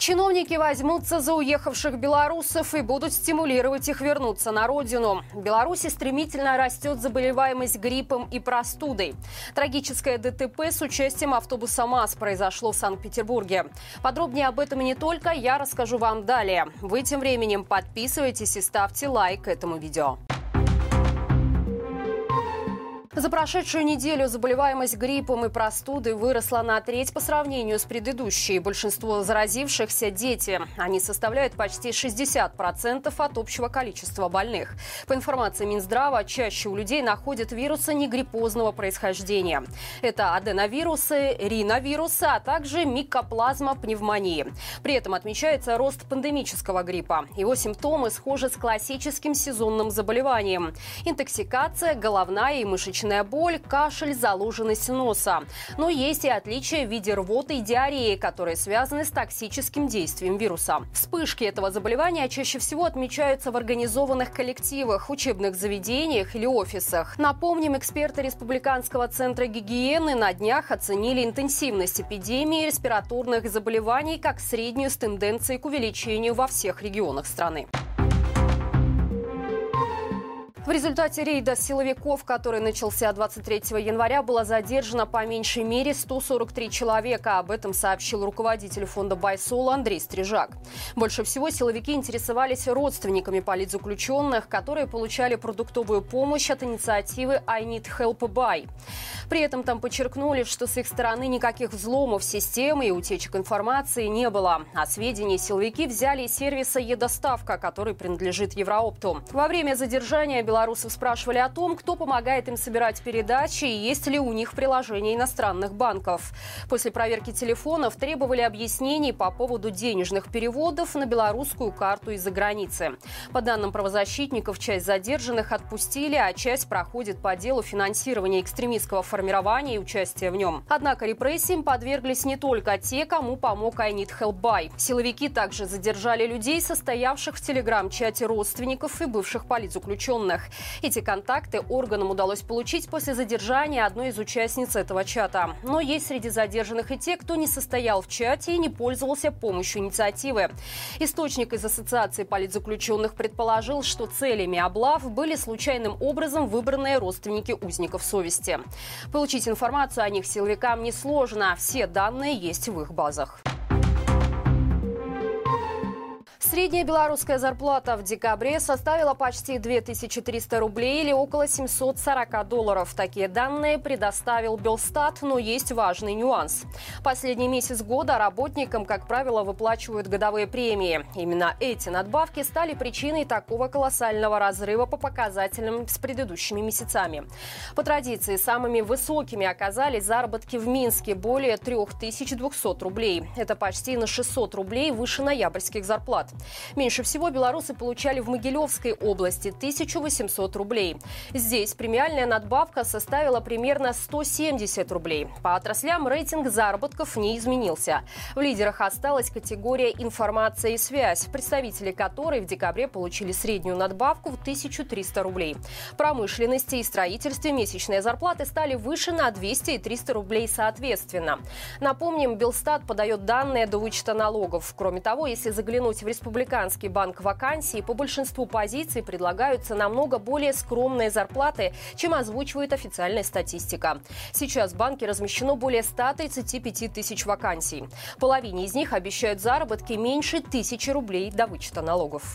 Чиновники возьмутся за уехавших белорусов и будут стимулировать их вернуться на родину. В Беларуси стремительно растет заболеваемость гриппом и простудой. Трагическое ДТП с участием автобуса МАЗ произошло в Санкт-Петербурге. Подробнее об этом и не только я расскажу вам далее. Вы тем временем подписывайтесь и ставьте лайк этому видео. За прошедшую неделю заболеваемость гриппом и простудой выросла на треть по сравнению с предыдущей. Большинство заразившихся – дети. Они составляют почти 60% от общего количества больных. По информации Минздрава, чаще у людей находят вирусы негриппозного происхождения. Это аденовирусы, риновирусы, а также микоплазма пневмонии. При этом отмечается рост пандемического гриппа. Его симптомы схожи с классическим сезонным заболеванием. Интоксикация, головная и мышечная боль, кашель, заложенность носа. Но есть и отличия в виде рвоты и диареи, которые связаны с токсическим действием вируса. Вспышки этого заболевания чаще всего отмечаются в организованных коллективах, учебных заведениях или офисах. Напомним, эксперты Республиканского центра гигиены на днях оценили интенсивность эпидемии респираторных заболеваний как среднюю с тенденцией к увеличению во всех регионах страны. В результате рейда силовиков, который начался 23 января, было задержано по меньшей мере 143 человека. Об этом сообщил руководитель фонда «Байсол» Андрей Стрижак. Больше всего силовики интересовались родственниками политзаключенных, которые получали продуктовую помощь от инициативы «I Need Help Buy». При этом там подчеркнули, что с их стороны никаких взломов системы и утечек информации не было. А сведения силовики взяли из сервиса «Е-доставка», который принадлежит Евроопту. Во время задержания белорусов спрашивали о том, кто помогает им собирать передачи и есть ли у них приложение иностранных банков. После проверки телефонов требовали объяснений по поводу денежных переводов на белорусскую карту из-за границы. По данным правозащитников, часть задержанных отпустили, а часть проходит по делу финансирования экстремистского формирования и участия в нем. Однако репрессиям подверглись не только те, кому помог I Need Help Buy. Силовики также задержали людей, состоявших в телеграм-чате родственников и бывших политзаключенных. Эти контакты органам удалось получить после задержания одной из участниц этого чата. Но есть среди задержанных и те, кто не состоял в чате и не пользовался помощью инициативы. Источник из Ассоциации политзаключенных предположил, что целями облав были случайным образом выбранные родственники узников совести. Получить информацию о них силовикам несложно. Все данные есть в их базах. Средняя белорусская зарплата в декабре составила почти 2300 рублей или около $740. Такие данные предоставил Белстат, но есть важный нюанс. Последний месяц года работникам, как правило, выплачивают годовые премии. Именно эти надбавки стали причиной такого колоссального разрыва по показателям с предыдущими месяцами. По традиции, самыми высокими оказались заработки в Минске – более 3200 рублей. Это почти на 600 рублей выше ноябрьских зарплат. Меньше всего белорусы получали в Могилевской области – 1800 рублей. Здесь премиальная надбавка составила примерно 170 рублей. По отраслям рейтинг заработков не изменился. В лидерах осталась категория «Информация и связь», представители которой в декабре получили среднюю надбавку в 1300 рублей. В промышленности и строительстве месячные зарплаты стали выше на 200 и 300 рублей соответственно. Напомним, Белстат подает данные до вычета налогов. Кроме того, если заглянуть в Республиканский банк вакансий, по большинству позиций предлагаются намного более скромные зарплаты, чем озвучивает официальная статистика. Сейчас в банке размещено более 135 тысяч вакансий. Половине из них обещают заработки меньше 1000 рублей до вычета налогов.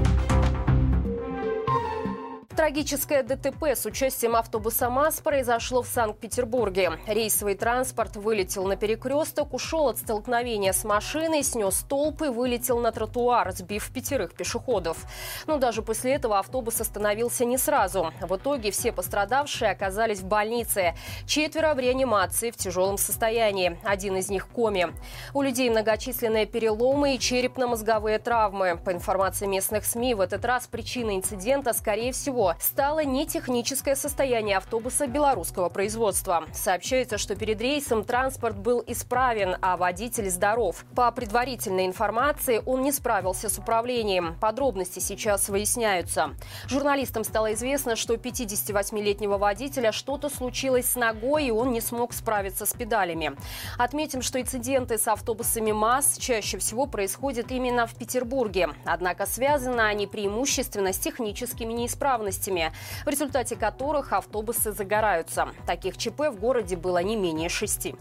Трагическое ДТП с участием автобуса МАЗ произошло в Санкт-Петербурге. Рейсовый транспорт вылетел на перекресток, ушел от столкновения с машиной, снес столб и вылетел на тротуар, сбив 5 пешеходов. Но даже после этого автобус остановился не сразу. В итоге все пострадавшие оказались в больнице. 4 в реанимации в тяжелом состоянии. 1 из них в коме. У людей многочисленные переломы и черепно-мозговые травмы. По информации местных СМИ, в этот раз причиной инцидента, скорее всего, всего стало не техническое состояние автобуса белорусского производства. Сообщается, что перед рейсом транспорт был исправен, а водитель здоров. По предварительной информации, он не справился с управлением. Подробности сейчас выясняются. Журналистам стало известно, что 58-летнего водителя что-то случилось с ногой, и он не смог справиться с педалями. Отметим, что инциденты с автобусами МАЗ чаще всего происходят именно в Петербурге. Однако связаны они преимущественно с техническими неисправностями, в результате которых автобусы загораются. Таких ЧП в городе было не менее 6.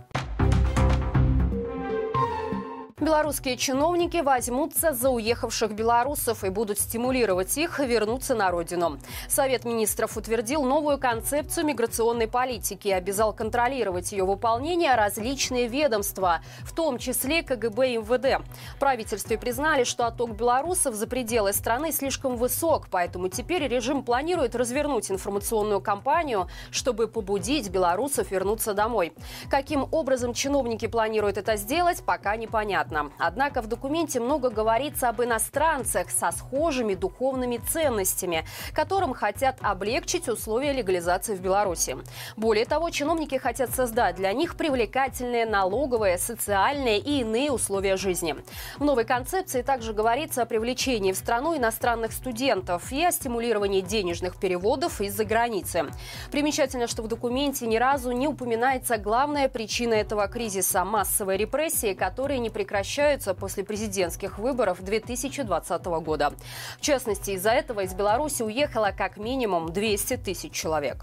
Белорусские чиновники возьмутся за уехавших белорусов и будут стимулировать их вернуться на родину. Совет министров утвердил новую концепцию миграционной политики и обязал контролировать ее выполнение различные ведомства, в том числе КГБ и МВД. В правительстве признали, что отток белорусов за пределы страны слишком высок, поэтому теперь режим планирует развернуть информационную кампанию, чтобы побудить белорусов вернуться домой. Каким образом чиновники планируют это сделать, пока непонятно. Однако в документе много говорится об иностранцах со схожими духовными ценностями, которым хотят облегчить условия легализации в Беларуси. Более того, чиновники хотят создать для них привлекательные налоговые, социальные и иные условия жизни. В новой концепции также говорится о привлечении в страну иностранных студентов и о стимулировании денежных переводов из-за границы. Примечательно, что в документе ни разу не упоминается главная причина этого кризиса – массовые репрессии, которые не прекращаются после президентских выборов 2020 года. В частности, из-за этого из Беларуси уехало как минимум 200 тысяч человек.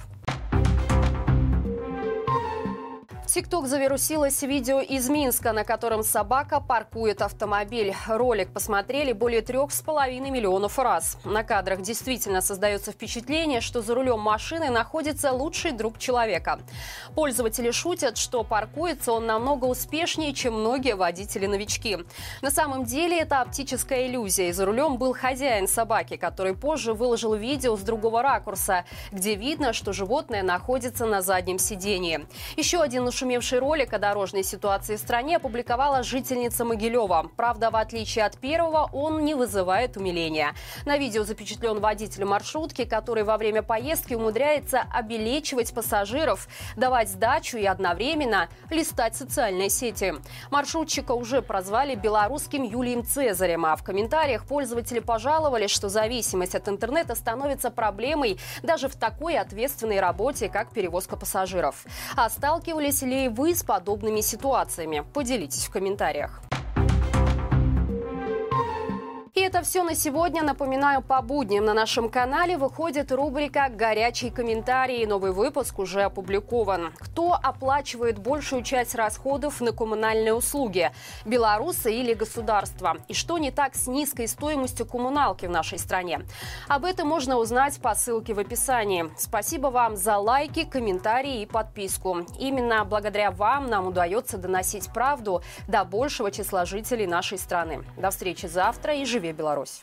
В ТикТок завирусилось видео из Минска, на котором собака паркует автомобиль. Ролик посмотрели более 3,5 миллионов раз. На кадрах действительно создается впечатление, что за рулем машины находится лучший друг человека. Пользователи шутят, что паркуется он намного успешнее, чем многие водители-новички. На самом деле это оптическая иллюзия. И за рулем был хозяин собаки, который позже выложил видео с другого ракурса, где видно, что животное находится на заднем сидении. Еще один нашумевший ролик о дорожной ситуации в стране опубликовала жительница Могилева. Правда, в отличие от первого, он не вызывает умиления. На видео запечатлен водитель маршрутки, который во время поездки умудряется обелечивать пассажиров, давать сдачу и одновременно листать социальные сети. Маршрутчика уже прозвали белорусским Юлием Цезарем, а в комментариях пользователи пожаловались, что зависимость от интернета становится проблемой даже в такой ответственной работе, как перевозка пассажиров. А сталкивались ли вы с подобными ситуациями? Поделитесь в комментариях. И это все на сегодня. Напоминаю, по будням на нашем канале выходит рубрика «Горячие комментарии». Новый выпуск уже опубликован. Кто оплачивает большую часть расходов на коммунальные услуги? Белорусы или государство? И что не так с низкой стоимостью коммуналки в нашей стране? Об этом можно узнать по ссылке в описании. Спасибо вам за лайки, комментарии и подписку. Именно благодаря вам нам удается доносить правду до большего числа жителей нашей страны. До встречи завтра и живи Беларусь!